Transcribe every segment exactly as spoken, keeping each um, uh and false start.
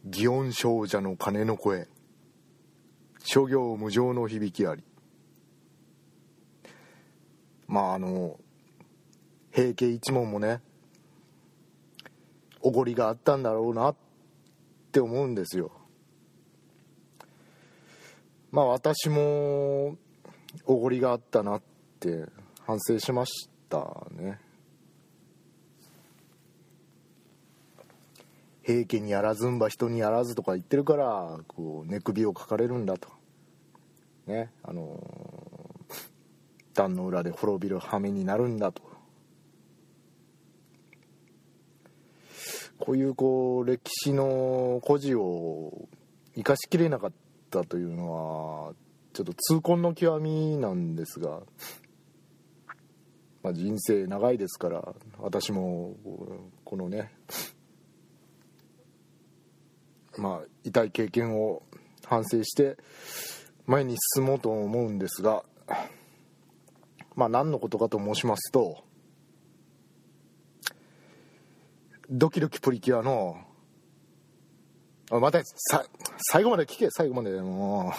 祇園精舎の鐘の声、諸行無常の響きあり。まああの平家一門もね、おごりがあったんだろうなって思うんですよ。まあ私もおごりがあったなって反省しましたね。平家にやらずんば人にやらずとか言ってるからこう寝首をかかれるんだとね、あの壇の裏で滅びる羽目になるんだと、こういうこう歴史の故事を生かしきれなかったというのはちょっと痛恨の極みなんですが、まあ、人生長いですから私もこのね、まあ痛い経験を反省して前に進もうと思うんですが、まあ何のことかと申しますと、ドキドキプリキュアのあまたさ最後まで聞け最後までも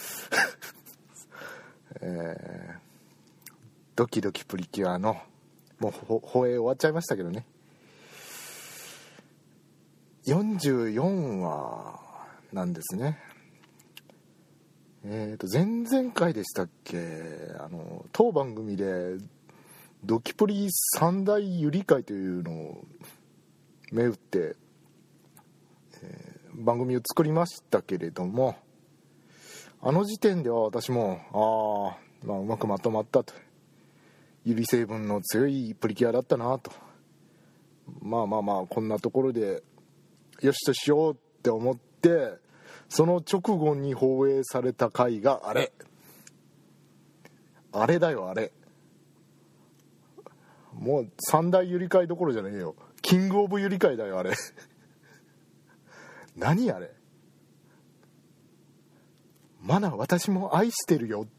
う、えー、ドキドキプリキュアのもう放映終わっちゃいましたけどね、よんじゅうよんわなんですね。えーと前々回でしたっけ、あの当番組でドキプリ三大ゆり会というのを銘打って、えー、番組を作りましたけれども、あの時点では私もああ、まあ、うまくまとまったと、ゆり成分の強いプリキュアだったなと、まあまあまあこんなところでよしとしようって思って、その直後に放映された回があれあれだよあれ、もう三大ゆり会どころじゃねえよ、キングオブゆり会だよあれ何あれ、マナ私も愛してるよって、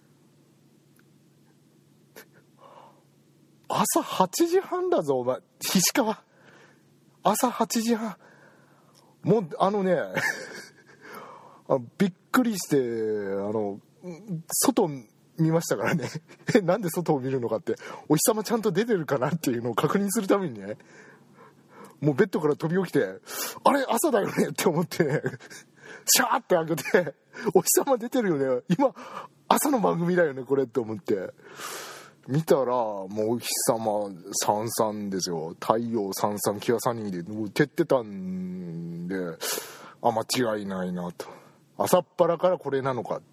朝はちじはんだぞお前菱川、朝はちじはん、もうあのねあびっくりして、あの外見ましたからねなんで外を見るのかって、お日様ちゃんと出てるかなっていうのを確認するためにね、もうベッドから飛び起きて、あれ朝だよねって思ってねシャーって開けて、お日様出てるよね、今朝の番組だよねこれって思って見たら、もうお日様さんさんですよ、太陽さんさんキワさんにでもう照ってたんで、あ間違いないなと、朝っぱらからこれなのかって、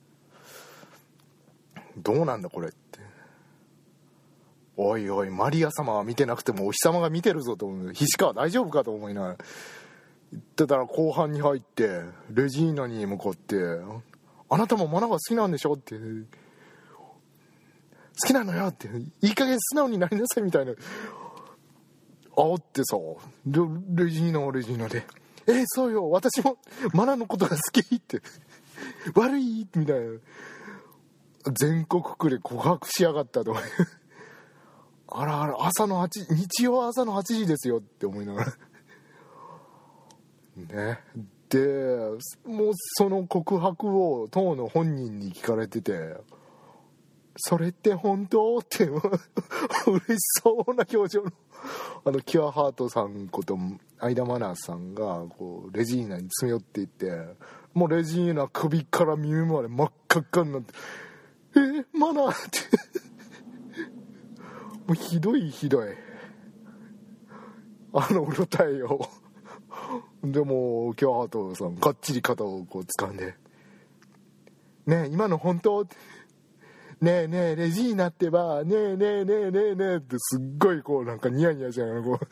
どうなんだこれって、おいおいマリア様は見てなくてもお日様が見てるぞと思う、菱川大丈夫かと思いながら言ってたら、後半に入ってレジーナに向かって、あなたもマナが好きなんでしょって、好きなのよって、いい加減素直になりなさいみたいな煽ってさ、レジーナはレジーナで、えー、そうよ私もマナのことが好きって悪いみたいな、全国区で告白しやがったと思うあらあら朝のはち日曜朝のはちじですよって思いながらね、でもうその告白を当の本人に聞かれてて、それって本当って嬉しそうな表情のあのキュアハートさんこと相田愛菜さんがこうレジーナに詰め寄っていって、もうレジーナ首から耳まで真っ赤っかになって、えー、マナってもうひどいひどいあのうろたえをでもキュアハートさんがっちり肩をこう掴んで、ねえ今の本当ってねえねえレジーナってばねえねえねえねえねえってすっごいこうなんかニヤニヤしながらこう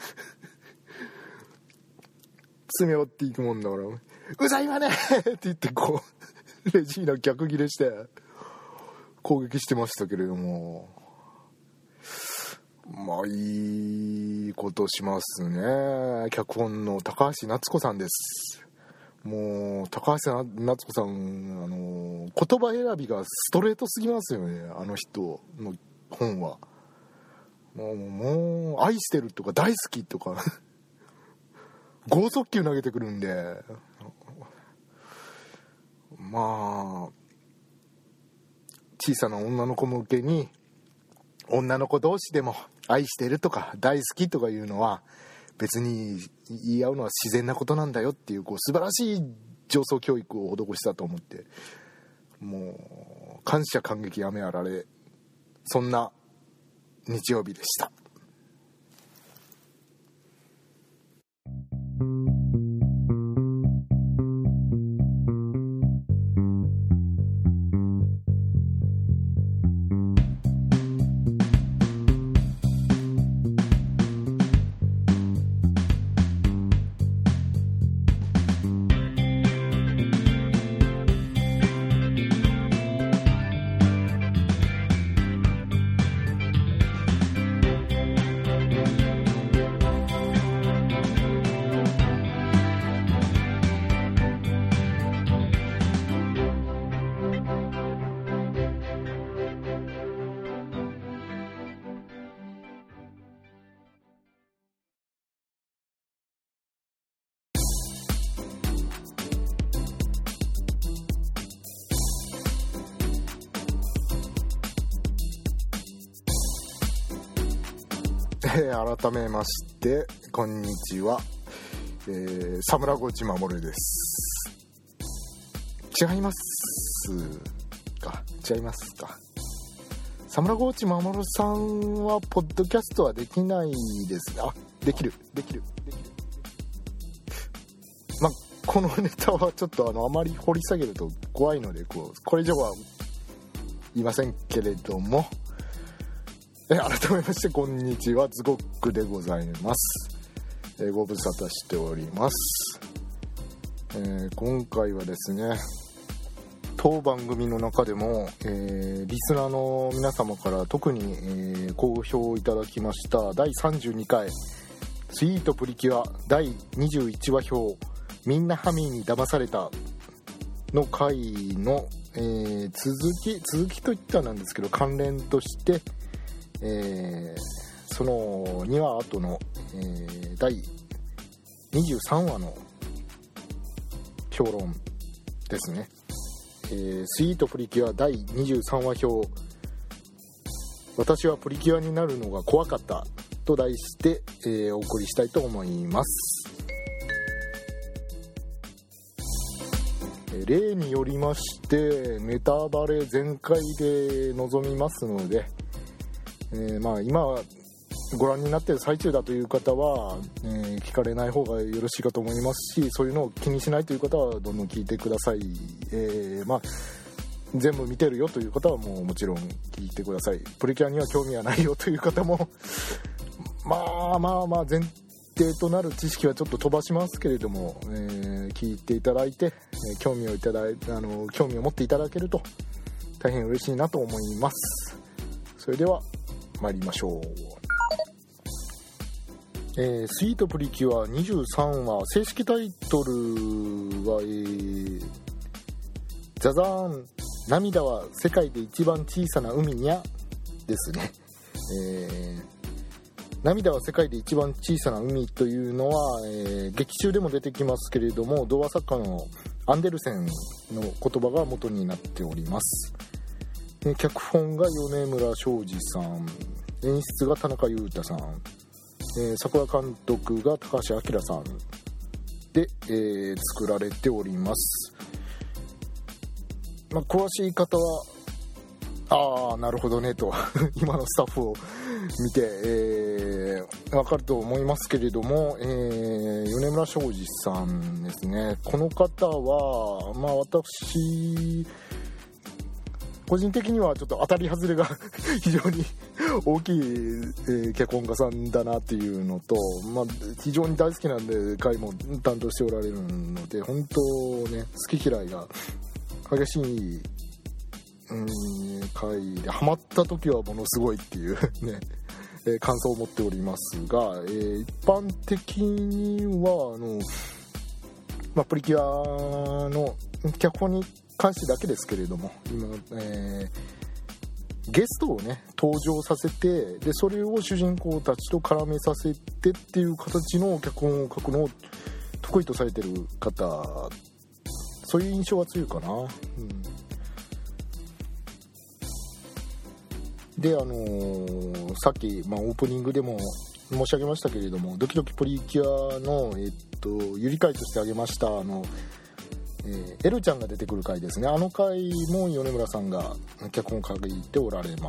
詰め寄っていくもんだから、うざいわねって言ってこうレジーナ逆ギレして攻撃してましたけれども、まあいいことしますね。脚本の高橋夏子さんです。もう高橋夏子さん、あの言葉選びがストレートすぎますよね、あの人の本は。もう、もう愛してるとか大好きとか剛速球投げてくるんで、まあ小さな女の子向けに、女の子同士でも愛してるとか大好きとかいうのは別に言い合うのは自然なことなんだよっていう、こう素晴らしい上層教育を施したと思って、もう感謝感激やめあられ、そんな日曜日でした。改めましてこんにちは、えー、サムラゴチマモルです。違いますか違いますかサムラゴチマモルさんはポッドキャストはできないですね。あ、できるできるできるまあこのネタはちょっとあのあまり掘り下げると怖いので、こうこれ以上は言いませんけれども、え改めましてこんにちは、ズゴックでございます。えー、ご無沙汰しております。えー、今回はですね、当番組の中でも、えー、リスナーの皆様から特に、えー、好評いただきましただいさんじゅうにかいスイートプリキュアだいにじゅういちわ表みんなハミーに騙されたの回の、えー、続き続きといったらなんですけど、関連としてえー、そのにわ後の、えー、だいにじゅうさんわの評論ですね。えー、スイートプリキュアだいにじゅうさんわ表、私はプリキュアになるのが怖かったと題して、えー、お送りしたいと思います。例によりましてネタバレ全開で臨みますので、えー、まあ今ご覧になっている最中だという方は、えー、聞かれない方がよろしいかと思いますし、そういうのを気にしないという方はどんどん聞いてください。えー、まあ全部見てるよという方はもうもちろん聞いてください。プリキュアには興味はないよという方もまあまあまあ前提となる知識はちょっと飛ばしますけれども、えー、聞いていただいて、えー、興味をいただいあの興味を持っていただけると大変嬉しいなと思います。それでは参りましょう。えー、スイートプリキュアにじゅうさんわ、正式タイトルは、えー、ザザーン、涙は世界で一番小さな海にゃですね。えー、涙は世界で一番小さな海というのは、えー、劇中でも出てきますけれども、童話作家のアンデルセンの言葉が元になっております。脚本が米村昌司さん、演出が田中裕太さん、えー、作画監督が高橋明さんで、えー、作られております。まあ、詳しい方はああなるほどねと今のスタッフを見て、えー、分かると思いますけれども、えー、米村昌司さんですね。この方はまあ私個人的にはちょっと当たり外れが非常に大きい、えー、脚本家さんだなっていうのと、まあ、非常に大好きなんで回も担当しておられるので、本当ね好き嫌いが激しい、うん、回でハマった時はものすごいっていうね、えー、感想を持っておりますが、えー、一般的にはあの、まあ、プリキュアの脚本に関してだけですけれども、今、えゲストをね登場させて、でそれを主人公たちと絡めさせてっていう形の脚本を書くのを得意とされてる方、そういう印象が強いかな。うん、であのー、さっき、まあ、オープニングでも申し上げましたけれども、ドキドキプリキュアの、えっと、ゆり会としてあげましたあの、えー、エルちゃんが出てくる回ですね。あの回も米村さんが脚本を書いておられます。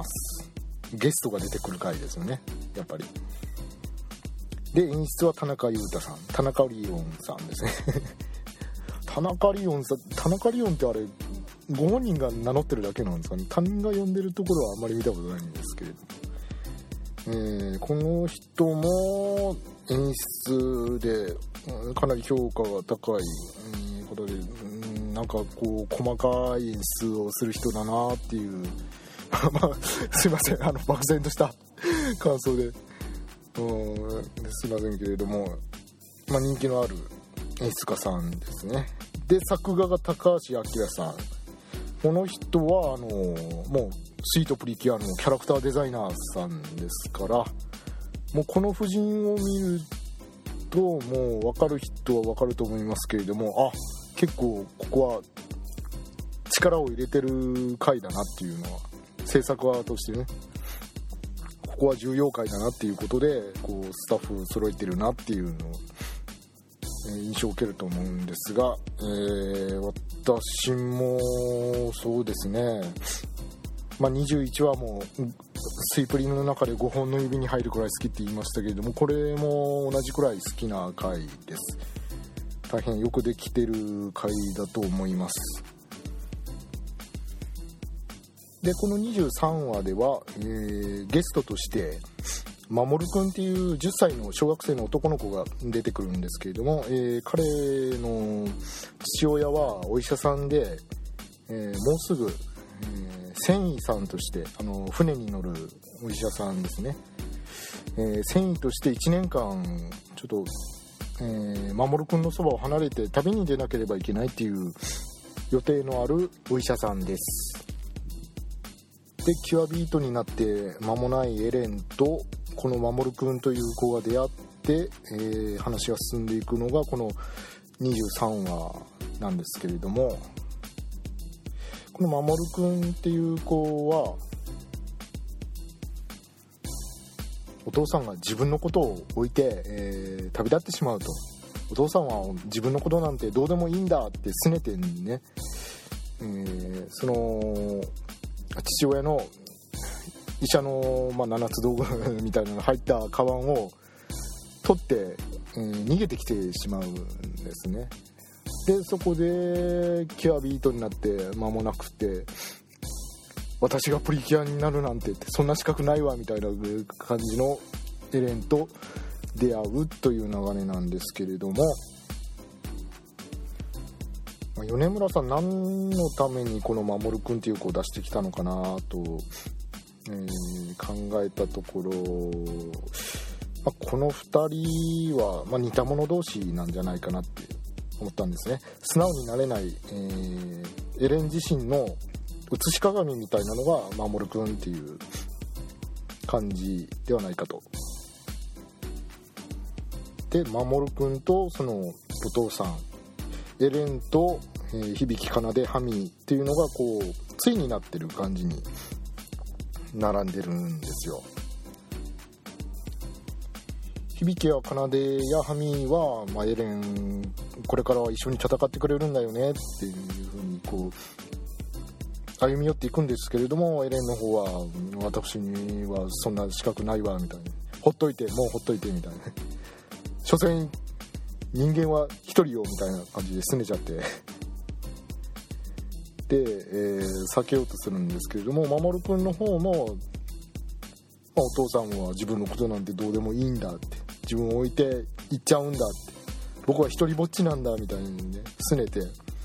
ゲストが出てくる回ですよね、やっぱり。で演出は田中裕太さん、田中リオンさんですね田中リオンさん、田中リオンってあれご本人が名乗ってるだけなんですかね。他人が呼んでるところはあんまり見たことないんですけれど、えー、この人も演出でかなり評価が高いことで、なんかこう細かい演出をする人だなっていうまあすいません、あの漠然とした感想で、うん、すいませんけれども、まあ、人気のある演出家さんですね。で作画が高橋明さん。この人はあのもうスイートプリキュアのキャラクターデザイナーさんですから、もうこの夫人を見るともう分かる人は分かると思いますけれども、あ、結構ここは力を入れてる回だなっていうのは、制作側としてね、ここは重要回だなっていうことでこうスタッフを揃えてるなっていうのを印象を受けると思うんですが、えー、私もそうですね、まあ、にじゅういちわもスイプリの中でごほんの指に入るくらい好きって言いましたけれども、これも同じくらい好きな回です。大変よくできてる回だと思います。でこのにじゅうさんわでは、えー、ゲストとしてまもるくんっていうじゅっさいの小学生の男の子が出てくるんですけれども、えー、彼の父親はお医者さんで、えー、もうすぐ、えー、船医さんとしてあの船に乗るお医者さんですね、えー、船医としていちねんかんちょっと、えー、まもるくんのそばを離れて旅に出なければいけないっていう予定のあるお医者さんです。でキュアビートになって間もないエレンとこのまもるくんという子が出会って、えー、話が進んでいくのがこのにじゅうさんわなんですけれども、このまもるくんっていう子はお父さんが自分のことを置いて、えー、旅立ってしまうと。お父さんは自分のことなんてどうでもいいんだって拗ねてね、えー、その父親の医者の、まあ、ななつ道具みたいなのが入ったカバンを取って、えー、逃げてきてしまうんですね。でそこでキュアビートになって間もなくて、私がプリキュアになるなんてってそんな資格ないわみたいな感じのエレンと出会うという流れなんですけれども、米村さん何のためにこのまもるくんっていう子を出してきたのかなと、えー、考えたところ、まあ、このふたりは、まあ、似た者同士なんじゃないかなって思ったんですね。素直になれない、えー、エレン自身の写し鏡みたいなのがまもるくんっていう感じではないかと。でまもるくんとそのお父さんエレンと、えー、響かなでハミーっていうのがこう対になってる感じに並んでるんですよ。響やかなでやハミーは、まあ、エレンこれからは一緒に戦ってくれるんだよねっていう風にこう歩み寄っていくんですけれども、エレンの方は私にはそんな資格ないわみたいな、ほっといてもうほっといてみたいな、所詮人間は一人よみたいな感じで拗ねちゃってで、えー、避けようとするんですけれども、まもるくんの方も、まあ、お父さんは自分のことなんてどうでもいいんだって、自分を置いて行っちゃうんだって、僕は一人ぼっちなんだみたいにね拗ねて、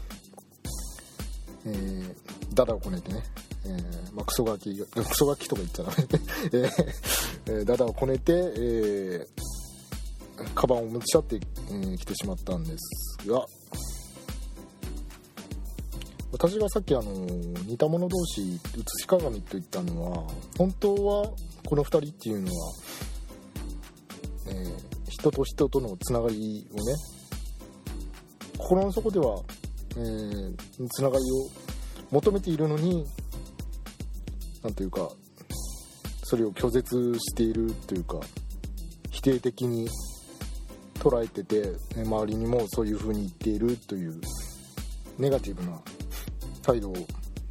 えー、ダダをこねてね、えーまあ、クソガキクソガキとか言っちゃダメ、えー、ダダをこねて、えー、カバンを持ち去って、えー、来てしまったんですが、 私がさっきあの似た者同士写し鏡と言ったのは、本当はこのふたりっていうのは、えー、人と人とのつながりをね、心の底では、えー、つながりを求めているのに、なんというかそれを拒絶しているというか、否定的に捉えてて、周りにもそういう風に言っているというネガティブな態度を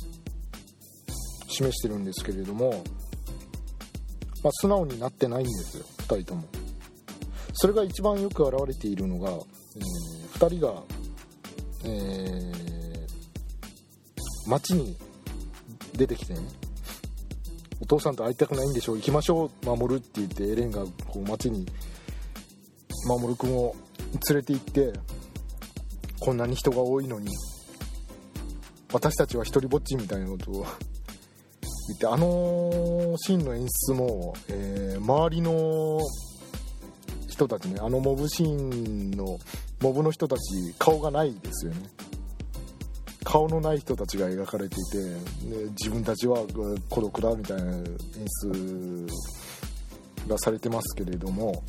示してるんですけれども、まあ、素直になってないんですよ、ふたりとも。それが一番よく現れているのが、えー、ふたりが、えー、街に出てきてね、お父さんと会いたくないんでしょう、行きましょう守るって言って、エレンがこう街に守くんを連れて行って、こんなに人が多いのに私たちは一人ぼっちみたいなことを言って、あのシーンの演出も、えー、周りの人たちね、あのモブシーンのモブの人たち、顔がないですよね。顔のない人たちが描かれていて、で自分たちは孤独だみたいな演出がされてますけれども、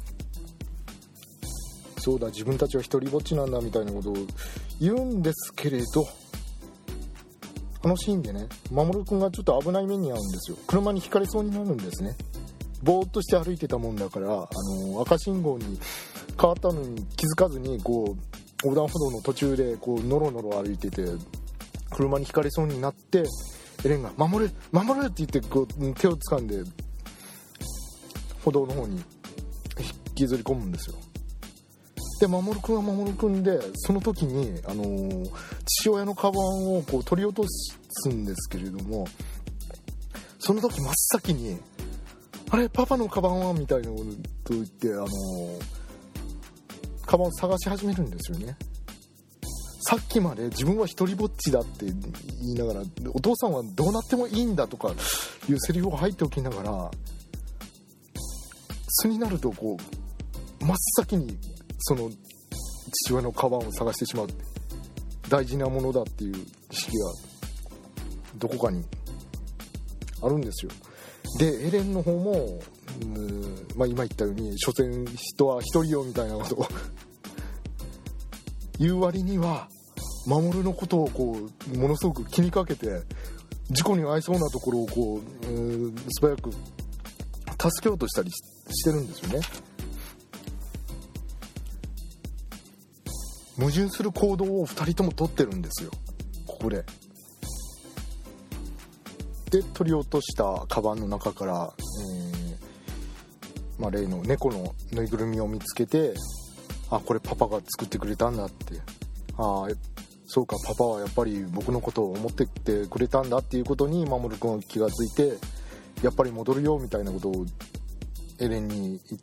そうだ自分たちは一人ぼっちなんだみたいなことを言うんですけれど、あのシーンでね、守くんがちょっと危ない目に遭うんですよ。車にひかれそうになるんですね。ぼーっとして歩いてたもんだから、あの赤信号に変わったのに気づかずに、こう横断歩道の途中でこうノロノロ歩いてて、車にひかれそうになって、エレンが守る守るって言ってこう手を掴んで歩道の方に引きずり込むんですよ。で守くんは守くんで、その時に、あのー、父親のカバンをこう取り落とすんですけれども、その時真っ先にあれパパのカバンはみたいなこと言って、あのー、カバンを探し始めるんですよね。さっきまで自分は一人ぼっちだって言いながら、お父さんはどうなってもいいんだとかいうセリフを入っておきながら、巣になるとこう真っ先にその父親のカバンを探してしまう、大事なものだっていう意識がどこかにあるんですよ。でエレンの方も、うんまあ、今言ったように所詮人は一人よみたいなことを言う割には、守のことをこうものすごく気にかけて、事故に遭いそうなところをこう、うん、素早く助けようとしたり し, してるんですよね。矛盾する行動をふたりとも取ってるんですよ、ここで。で取り落としたカバンの中から、えーまあ、例の猫のぬいぐるみを見つけて、あこれパパが作ってくれたんだって、あそうかパパはやっぱり僕のことを思ってってくれたんだっていうことに守君は気がついて、やっぱり戻るよみたいなことをエレンに言って、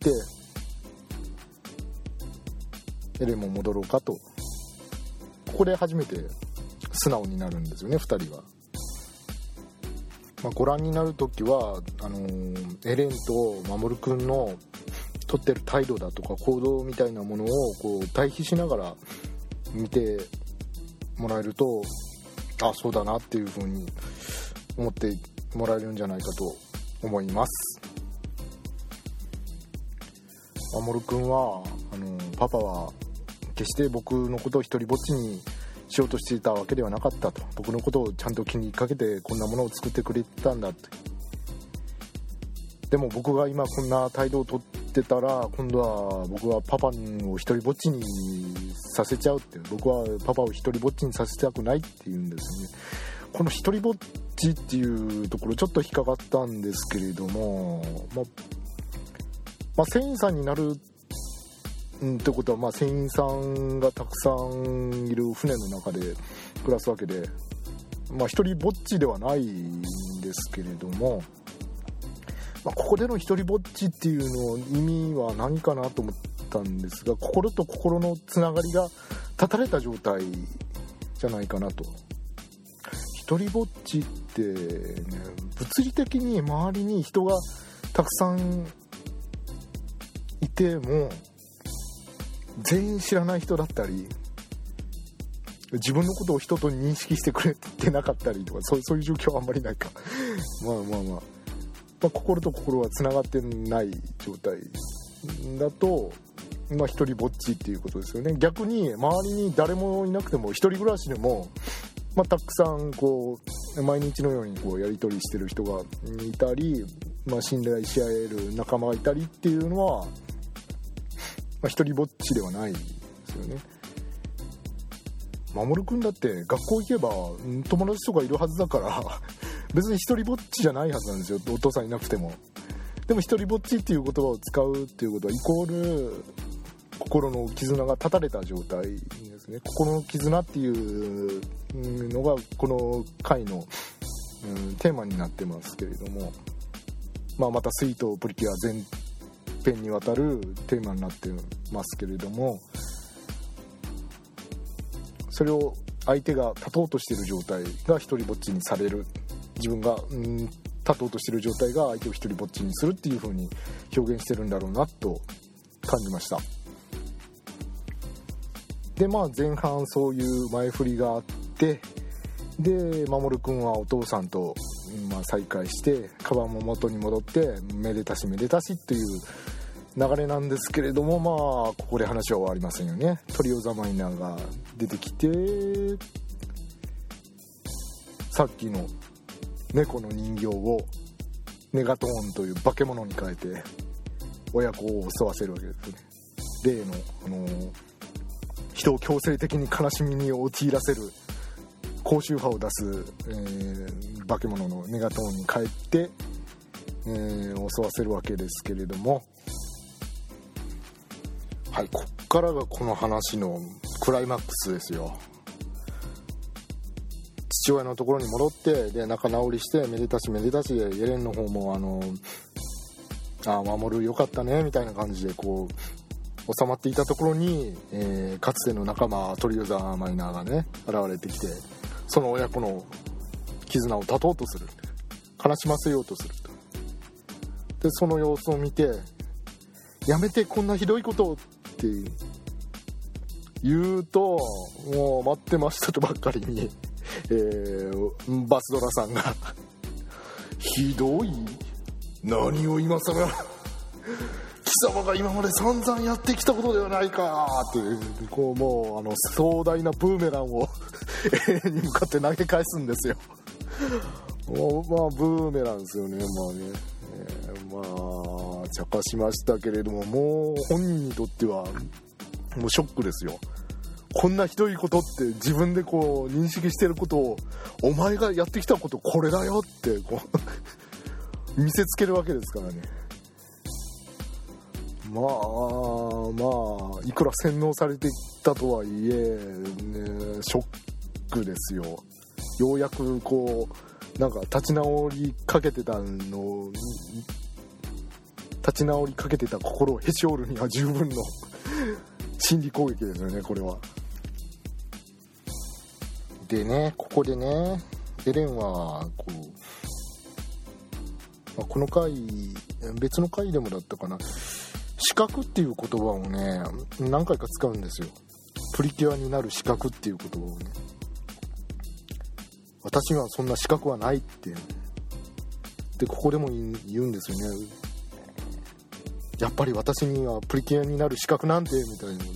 エレンも戻ろうかと、ここで初めて素直になるんですよね、ふたりは。まあ、ご覧になるときはあのー、エレンと守くんの取ってる態度だとか行動みたいなものをこう対比しながら見てもらえると、あそうだなっていう風に思ってもらえるんじゃないかと思います。守くんはあのパパは決して僕のことを一人ぼっちにしようとしていたわけではなかったと、僕のことをちゃんと気にかけてこんなものを作ってくれてたんだって。でも僕が今こんな態度をとってたら、今度は僕はパパを一人ぼっちにさせちゃうって、僕はパパを一人ぼっちにさせたくないって言うんですよね。この一人ぼっちっていうところちょっと引っかかったんですけれども、まあ、まあ、船員さんになるうんってことは、まあ船員さんがたくさんいる船の中で暮らすわけで、まあ一人ぼっちではないんですけれども、まあ、ここでの一人ぼっちっていうの意味は何かなと思ったんですが、心と心のつながりが断たれた状態じゃないかなと。一人ぼっちってね、物理的に周りに人がたくさんいても全員知らない人だったり、 自分のことを人と認識してくれてなかったりとか、そう、そういう状況はあんまりないかまあまあまあ、まあ、心と心はつながってない状態だと、まあ一人ぼっちっていうことですよね。逆に周りに誰もいなくても一人暮らしでも、まあ、たくさんこう毎日のようにこうやり取りしてる人がいたり、まあ、信頼し合える仲間がいたりっていうのは、まあ、一人ぼっちではないですよね。守くんだって学校行けば友達とかいるはずだから別に一人ぼっちじゃないはずなんですよ、お父さんいなくても。でも一人ぼっちっていう言葉を使うっていうことはイコール心の絆が断たれた状態ですね。心の絆っていうのがこの回の、うん、テーマになってますけれども、まあ、またスイートプリキュア全編にわたるテーマになってますけれども、それを相手が立とうとしている状態が一人ぼっちにされる、自分が、うん、立とうとしている状態が相手を一人ぼっちにするっていう風に表現してるんだろうなと感じました。でまあ前半そういう前振りがあって、で守くんはお父さんと、まあ、再会してカバンも元に戻ってめでたしめでたしっていう流れなんですけれども、まあここで話は終わりませんよね。トリオザマイナーが出てきて、さっきの猫の人形をネガトーンという化け物に変えて親子を襲わせるわけですね。例の、あのー、人を強制的に悲しみに陥らせる高周波を出す、えー、化け物のネガトーンに変えて、えー、襲わせるわけですけれども、はい、こっからがこの話のクライマックスですよ。父親のところに戻って、で仲直りしてめでたしめでたしで、エレンの方もあのあ守るよかったねみたいな感じでこう収まっていたところに、えー、かつての仲間トリオザマイナーがね現れてきて、その親子の絆を断とうとする、悲しませようとすると。でその様子を見て、やめてこんなひどいことをって言うと、もう待ってましたとばっかりに、えー、バスドラさんがひどい、何を今更貴様が今まで散々やってきたことではないかってこう、もうあの壮大なブーメランを永遠に向かって投げ返すんですよ。もうまあブーメランですよね。まあね、えー、まあ茶化しましたけれども、もう本人にとってはもうショックですよ。こんなひどいことって自分でこう認識してることを、お前がやってきたことこれだよってこう見せつけるわけですからね。まあまあいくら洗脳されていたとはいえ、ね、ショックですよ。ようやくこうなんか立ち直りかけてたの立ち直りかけてた心をへし折るには十分の心理攻撃ですよね、これは。でね、ここでねエレンはこう、まあ、この回別の回でもだったかな、資格っていう言葉をね何回か使うんですよ。プリキュアになる資格っていう言葉をね、私にはそんな資格はないってでここでも言うんですよね。やっぱり私にはプリキュアになる資格なんてみたいなこと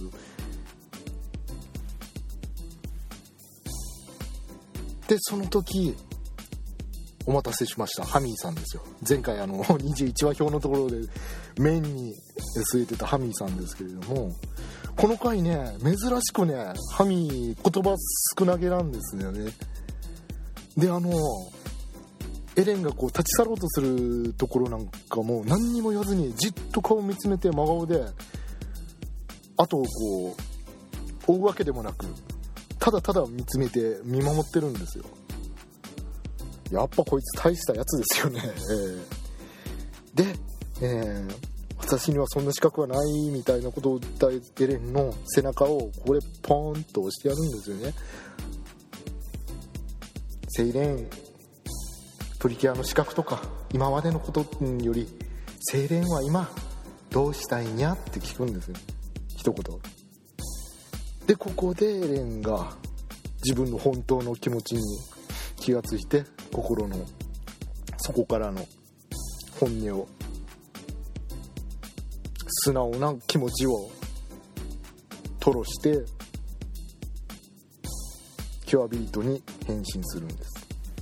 で、その時お待たせしました、ハミーさんですよ。前回あのにじゅういちわ表のところでメインに据えてたハミーさんですけれども、この回ね珍しくねハミー言葉少なげなんですよね。であのエレンがこう立ち去ろうとするところなんかも何にも言わずにじっと顔を見つめて真顔で後をこう追うわけでもなく、ただただ見つめて見守ってるんですよ。やっぱこいつ大したやつですよね、えー、で、えー、私にはそんな資格はないみたいなことを言ったエレンの背中をここでポーンと押してやるんですよね。セイレン、プリキュアの資格とか今までのことよりセイレンは今どうしたいにゃって聞くんですよ、一言で。ここでエレンが自分の本当の気持ちに気がついて、心の底からの本音を、素直な気持ちを吐露してキュアビートに変身するんです。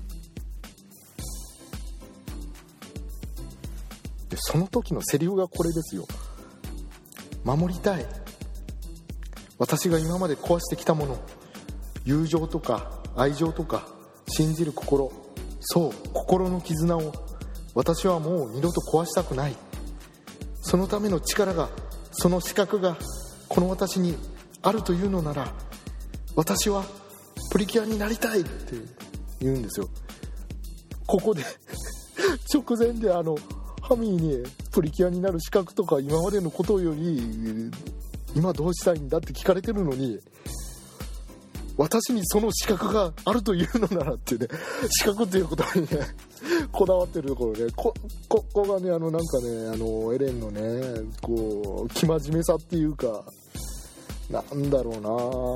でその時のセリフがこれですよ。守りたい、私が今まで壊してきたもの、友情とか愛情とか信じる心、そう心の絆を私はもう二度と壊したくない。そのための力が、その資格がこの私にあるというのなら、私はプリキュアになりたいって言うんですよ。ここで直前であのハミーにプリキュアになる資格とか今までのことより今どうしたいんだって聞かれてるのに、私にその資格があるというのならっていうね、資格っていうことにねこだわってるところね、こここがね、あのなんかね、あのエレンのね、こう生真面目さっていうか、なんだろうな、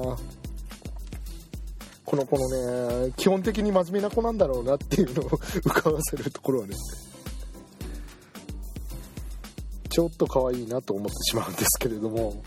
この子のね、基本的に真面目な子なんだろうなっていうのを伺わせるところはね、ちょっと可愛いなと思ってしまうんですけれども、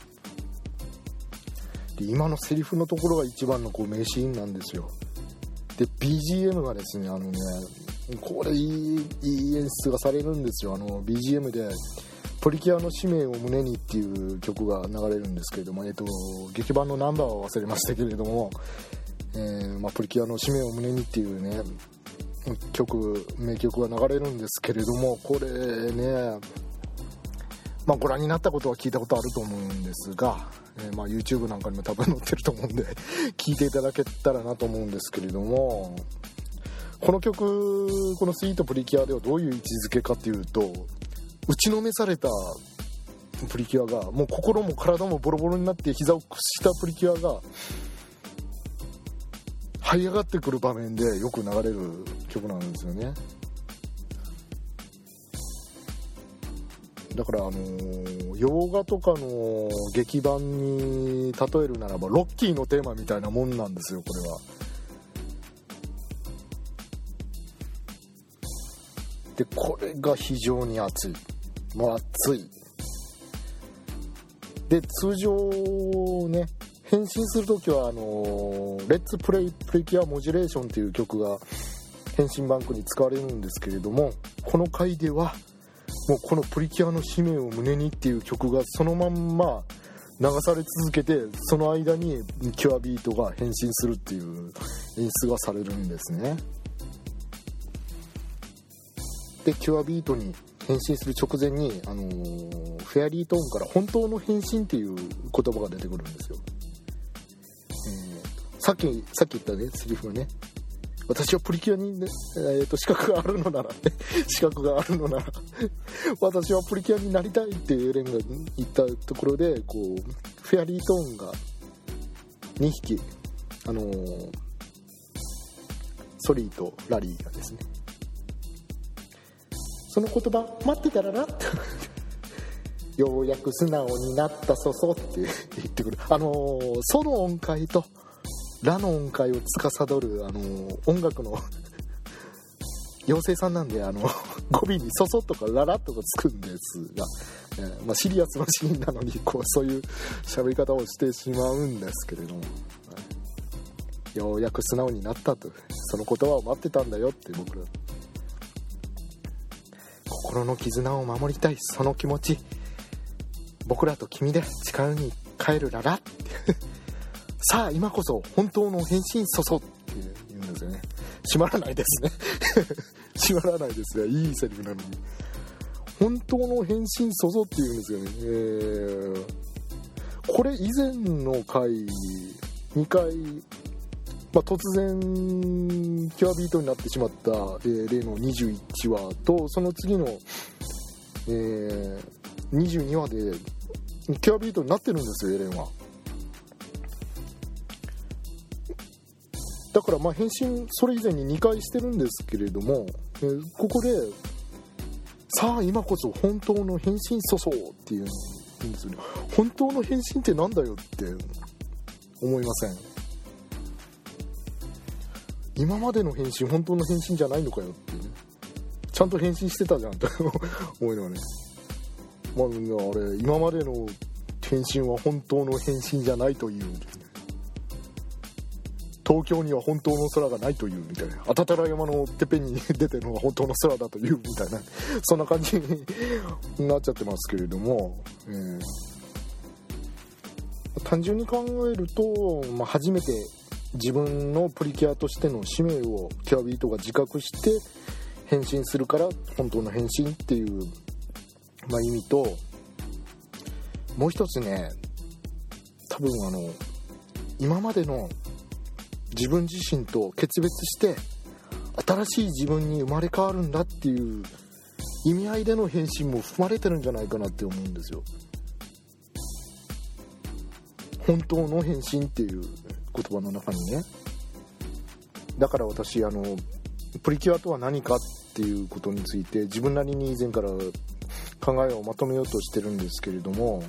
で今のセリフのところが一番のこう名シーンなんですよ。で ビージーエム がですね、あのね、これいい、いい演出がされるんですよ。あの ビージーエム でプリキュアの使命を胸にっていう曲が流れるんですけれども、えっと劇版のナンバーは忘れましたけれども、えーまあ、プリキュアの使命を胸にっていうね曲、名曲が流れるんですけれども、これね、まあ、ご覧になったことは聞いたことあると思うんですが、えーまあ、YouTube なんかにも多分載ってると思うんで聞いていただけたらなと思うんですけれども、この曲、このスイートプリキュアではどういう位置づけかというと、打ちのめされたプリキュアが、もう心も体もボロボロになって膝を屈したプリキュアが這い上がってくる場面でよく流れる曲なんですよね。だからあのー、洋画とかの劇版に例えるならばロッキーのテーマみたいなもんなんですよ、これは。でこれが非常に熱い、もう熱いで、通常ね、変身するときはあのー、レッツプレイプリキュアモジュレーションという曲が変身バンクに使われるんですけれども、この回ではもうこのプリキュアの使命を胸にっていう曲がそのまんま流され続けて、その間にキュアビートが変身するっていう演出がされるんですね。でキュアビートに変身する直前に、あのー、フェアリートーンから本当の変身っていう言葉が出てくるんですよ。えー、さっきさっき言ったねセリフがね、私はプリキュアに、ねえー、と資格があるのなら、ね、資格があるのなら私はプリキュアになりたいってエレンが言ったところで、こうフェアリートーンがにひき、あのー、ソリーとラリーがですね、その言葉待ってたらなってようやく素直になったそそって言ってくる。あのー、ソの音階とラの音階を司る、あのー、音楽の妖精さんなんで、あの語尾にそそとかララとかつくんですが、えーまあ、シリアスなシーンなのにこうそういう喋り方をしてしまうんですけれども、はい、ようやく素直になったと、その言葉を待ってたんだよって僕ら、心の絆を守りたいその気持ち、僕らと君で力に変えるララさあ今こそ本当の変身そそって言うんですよね。閉まらないですね閉まらないですね、いいセリフなのに本当の変身そそって言うんですよね。えー、これ以前の回にかい、まあ、突然キュアビートになってしまった、えー、例のにじゅういちわと、その次の、えー、にじゅうにわでキュアビートになってるんですよ、エレンは。だからまあ変身それ以前ににかいしてるんですけれども、えー、ここでさあ今こそ本当の変身そそうっていうんですよね。本当の変身ってなんだよって思いません？ 今までの変身本当の変身じゃないのかよっていうね、ちゃんと変身してたじゃんと思いながらね、まあ、あれ今までの変身は本当の変身じゃないという、東京には本当の空がないというみたいな、あたたら山のてっぺんに出てるのが本当の空だというみたいな、そんな感じになっちゃってますけれども、えー、単純に考えると、まあ、初めて自分のプリキュアとしての使命をキュアビートが自覚して変身するから本当の変身っていう、まあ、意味と、もう一つね、多分あの今までの自分自身と決別して新しい自分に生まれ変わるんだっていう意味合いでの変身も含まれてるんじゃないかなって思うんですよ。本当の変身っていう言葉の中にね。だから私あのプリキュアとは何かっていうことについて自分なりに以前から考えをまとめようとしてるんですけれども、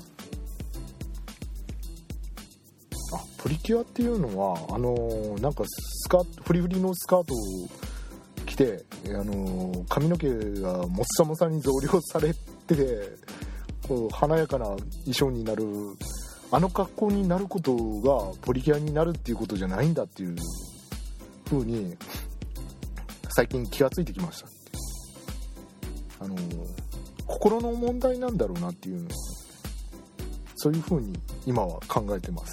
あ、プリキュアっていうのはあのなんかスカートフリフリのスカートを着て、あの髪の毛がもっさもさに増量されてこう華やかな衣装になる、あの格好になることがプリキュアになるっていうことじゃないんだっていう風に最近気がついてきました。あの心の問題なんだろうなっていうの、そういう風に今は考えてます。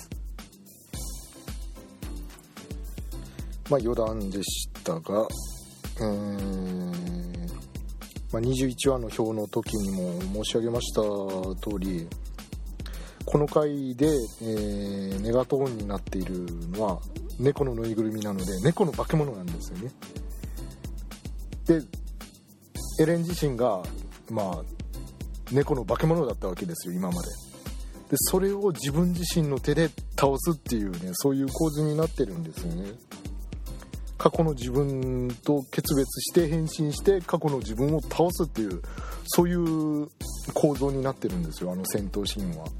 まあ余談でしたが、うーん、まあ、にじゅういちわの表の時にも申し上げました通り、この回で、えー、ネガトーンになっているのは猫のぬいぐるみなので猫の化け物なんですよね。でエレン自身がまあ猫の化け物だったわけですよ今まで。でそれを自分自身の手で倒すっていうね、そういう構図になってるんですよね。過去の自分と決別して変身して過去の自分を倒すっていう、そういう構造になってるんですよ、あの戦闘シーンは。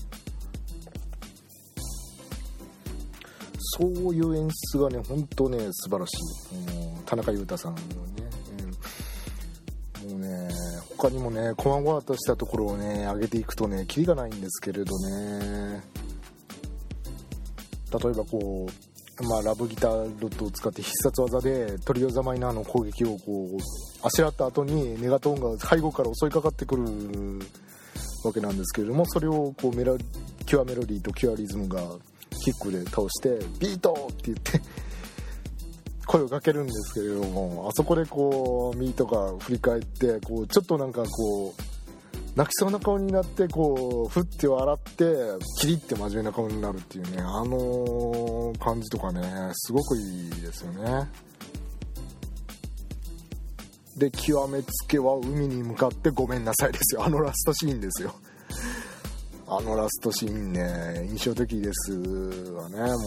そういう演出がね本当ね素晴らしい。もう田中裕太さんのね、うん、もうね他にもね細々としたところをね上げていくとねキリがないんですけれどね、例えばこう、まあ、ラブギターロッドを使って必殺技でトリオザマイナーの攻撃をこうあしらった後にネガトーンが背後から襲いかかってくるわけなんですけれども、それをこうメロキュアメロディーとキュアリズムがキックで倒してビートって言って声をかけるんですけれども、あそこでこうミートが振り返ってこうちょっとなんかこう泣きそうな顔になってこうふって笑ってキリって真面目な顔になるっていうね、あの感じとかねすごくいいですよね。で極めつけは海に向かってごめんなさいですよ、あのラストシーンですよ。あのラストシーンね印象的ですわね。もう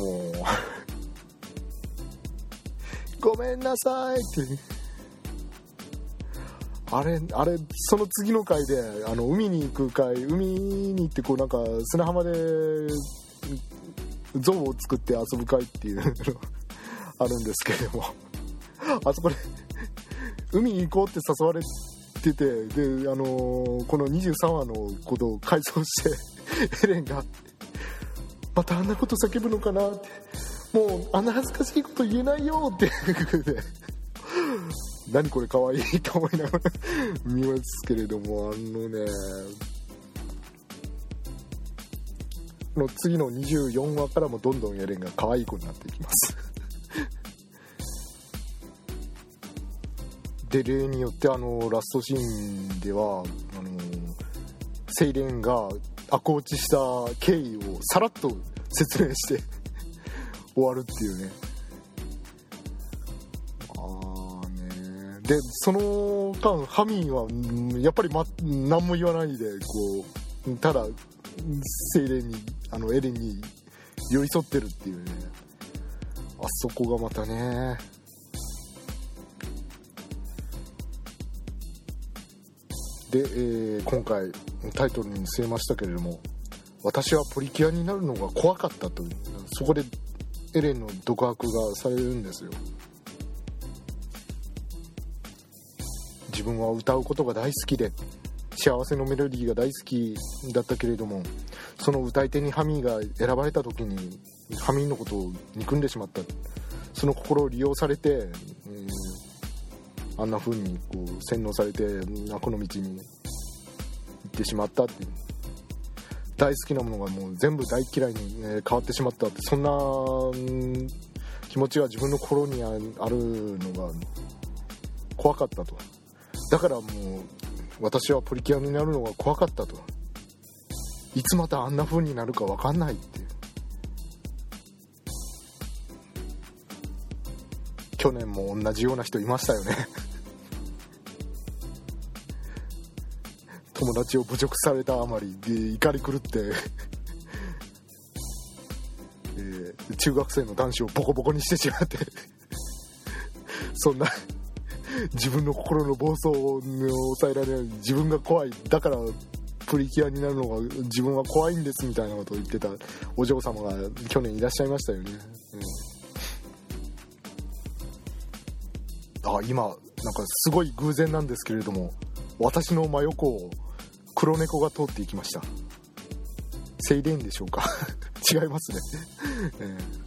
ごめんなさいってあれあれその次の回であの海に行く回、海に行ってこうなんか砂浜で像を作って遊ぶ回っていうのあるんですけれども、あそこで海に行こうって誘われてて、であのー、このにじゅうさんわのことを改造してエレンがまたあんなこと叫ぶのかなって、もうあんな恥ずかしいこと言えないよってで何これかわいいと思いながら見ますけれども、あのねの次のにじゅうよんわからもどんどんエレンが可愛い子になっていきますで例によってあのラストシーンではあのセイレンがアコーチした経緯をさらっと説明して終わるっていうね。あねでその間ハミーはやっぱり、ま、何も言わないでこうただセイレンにあのエレンに寄り添ってるっていうね、あそこがまたねで、えー、今回タイトルに据えましたけれども、私はプリキュアになるのが怖かったという、そこでエレンの独白がされるんですよ。 自分は歌うことが大好きで幸せのメロディーが大好きだったけれども、その歌い手にハミーが選ばれた時にハミーのことを憎んでしまった。その心を利用されて、えー、あんな風にこう洗脳されて悪の道に行ってしまったって、大好きなものがもう全部大嫌いに、ね、変わってしまったって、そんな、うん、気持ちが自分の心にあるのが怖かったと。だからもう私はプリキュアになるのが怖かったと。いつまたあんな風になるか分かんないって。去年も同じような人いましたよね友達を侮辱されたあまりで怒り狂って、えー、中学生の男子をボコボコにしてしまってそんな自分の心の暴走を抑えられない、自分が怖い、だからプリキュアになるのが自分は怖いんですみたいなことを言ってたお嬢様が去年いらっしゃいましたよね、うん、あ、今なんかすごい偶然なんですけれども、私の真横を黒猫が通っていきました。セイレーンでしょうか違いますね、えー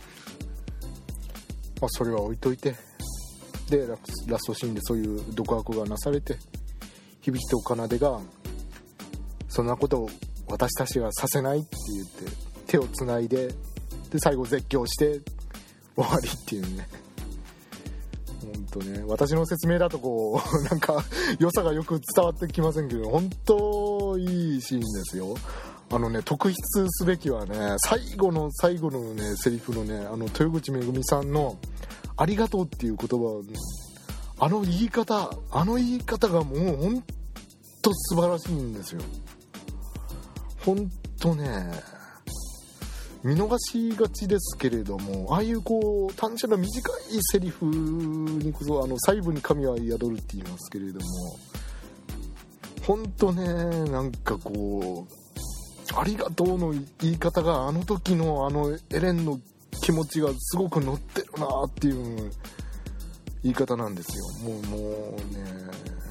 まあ、それは置いといて、でラストシーンでそういう独白がなされて、響と奏がそんなことを私たちがさせないって言って手をつないで、で最後絶叫して終わりっていうね。本当ね、私の説明だとこうなんか良さがよく伝わってきませんけど、本当いいシーンですよ。あのね、特筆すべきはね、最後の最後のねセリフのね、あの豊口めぐみさんのありがとうっていう言葉、あの言い方あの言い方がもう本当素晴らしいんですよ。本当ね、見逃しがちですけれども、ああいうこう短所な短いセリフにこそ、あの細部に神は宿るって言いますけれども、本当ね、なんかこうありがとうの言い方が、あの時のあのエレンの気持ちがすごく乗ってるなっていう言い方なんですよ。もうもうね、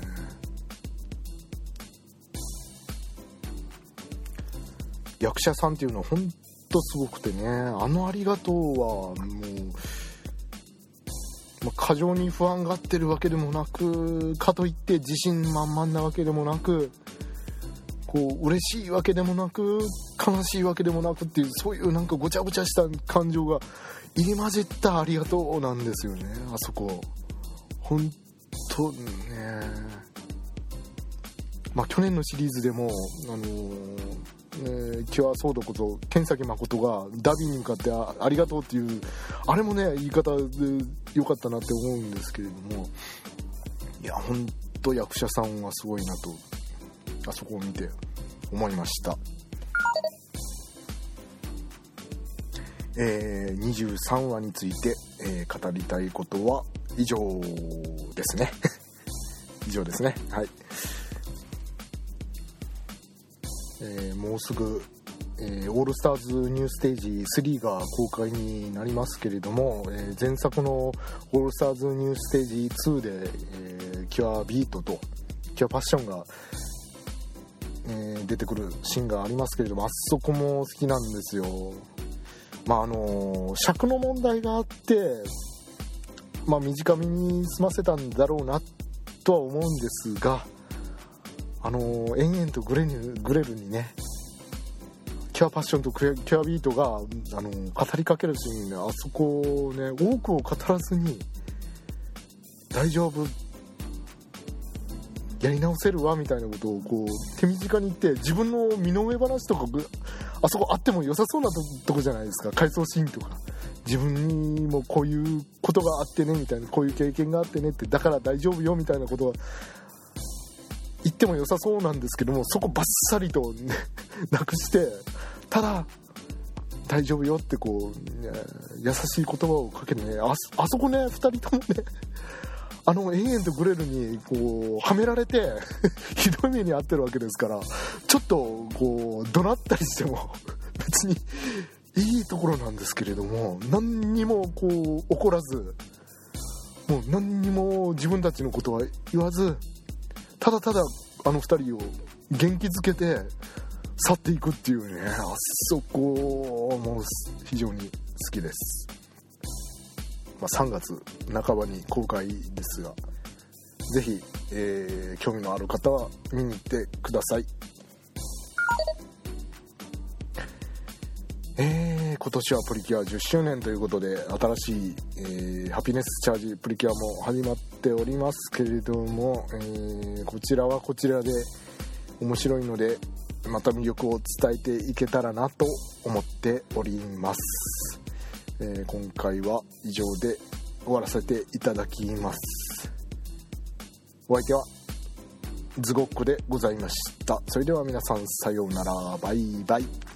役者さんっていうのは本当すごくてね、あのありがとうはもう、まあ、過剰に不安がってるわけでもなく、かといって自信満々なわけでもなく、こう嬉しいわけでもなく悲しいわけでもなくっていう、そういうなんかごちゃごちゃした感情が入り混じったありがとうなんですよね。あそこ本当ね、まあ去年のシリーズでもあのー、ね、キュアソードこと剣崎誠がダビーに向かって あ, ありがとうっていうあれもね、言い方で良かったなって思うんですけれども、いや本当役者さんはすごいなと、あそこを見て思いました。えー、にじゅうさんわについて、えー、語りたいことは以上ですね以上ですね。はい、えー、もうすぐ、えー、オールスターズニューステージスリーが公開になりますけれども、えー、前作のオールスターズニューステージツーで、えー、キュアビートとキュアパッションがえー、出てくるシーンがありますけれども、あそこも好きなんですよ。まああのー、尺の問題があって、まあ、短めに済ませたんだろうなとは思うんですが、あのー、延々とグレにグレルにね、キュアパッションとキュアビートが、あのー、語りかけるシーンで、あそこね、多くを語らずに大丈夫、やり直せるわみたいなことをこう手短に言って、自分の身の上話とかあそこあっても良さそうな と, とこじゃないですか。回想シーンとか、自分にもこういうことがあってねみたいな、こういう経験があってねって、だから大丈夫よみたいなことは言っても良さそうなんですけども、そこバッサリと、ね、なくして、ただ大丈夫よってこう、ね、優しい言葉をかけてね、 あ, あそこね、ふたりともね、あの延々とグレルにこうはめられてひどい目に遭ってるわけですから、ちょっとこう怒鳴ったりしても別にいいところなんですけれども、何にもこう怒らず、もう何にも自分たちのことは言わず、 ただただあのふたりを元気づけて去っていくっていうね、あそこも非常に好きです。まあ、さんがつなかばに公開ですが、ぜひ、えー、興味のある方は見に行ってください。えー、今年はプリキュアじゅっしゅうねんということで、新しい、えー、ハピネスチャージプリキュアも始まっておりますけれども、えー、こちらはこちらで面白いので、また魅力を伝えていけたらなと思っております。えー、今回は以上で終わらせていただきます。お相手はズゴックでございました。それでは皆さんさようなら、バイバイ。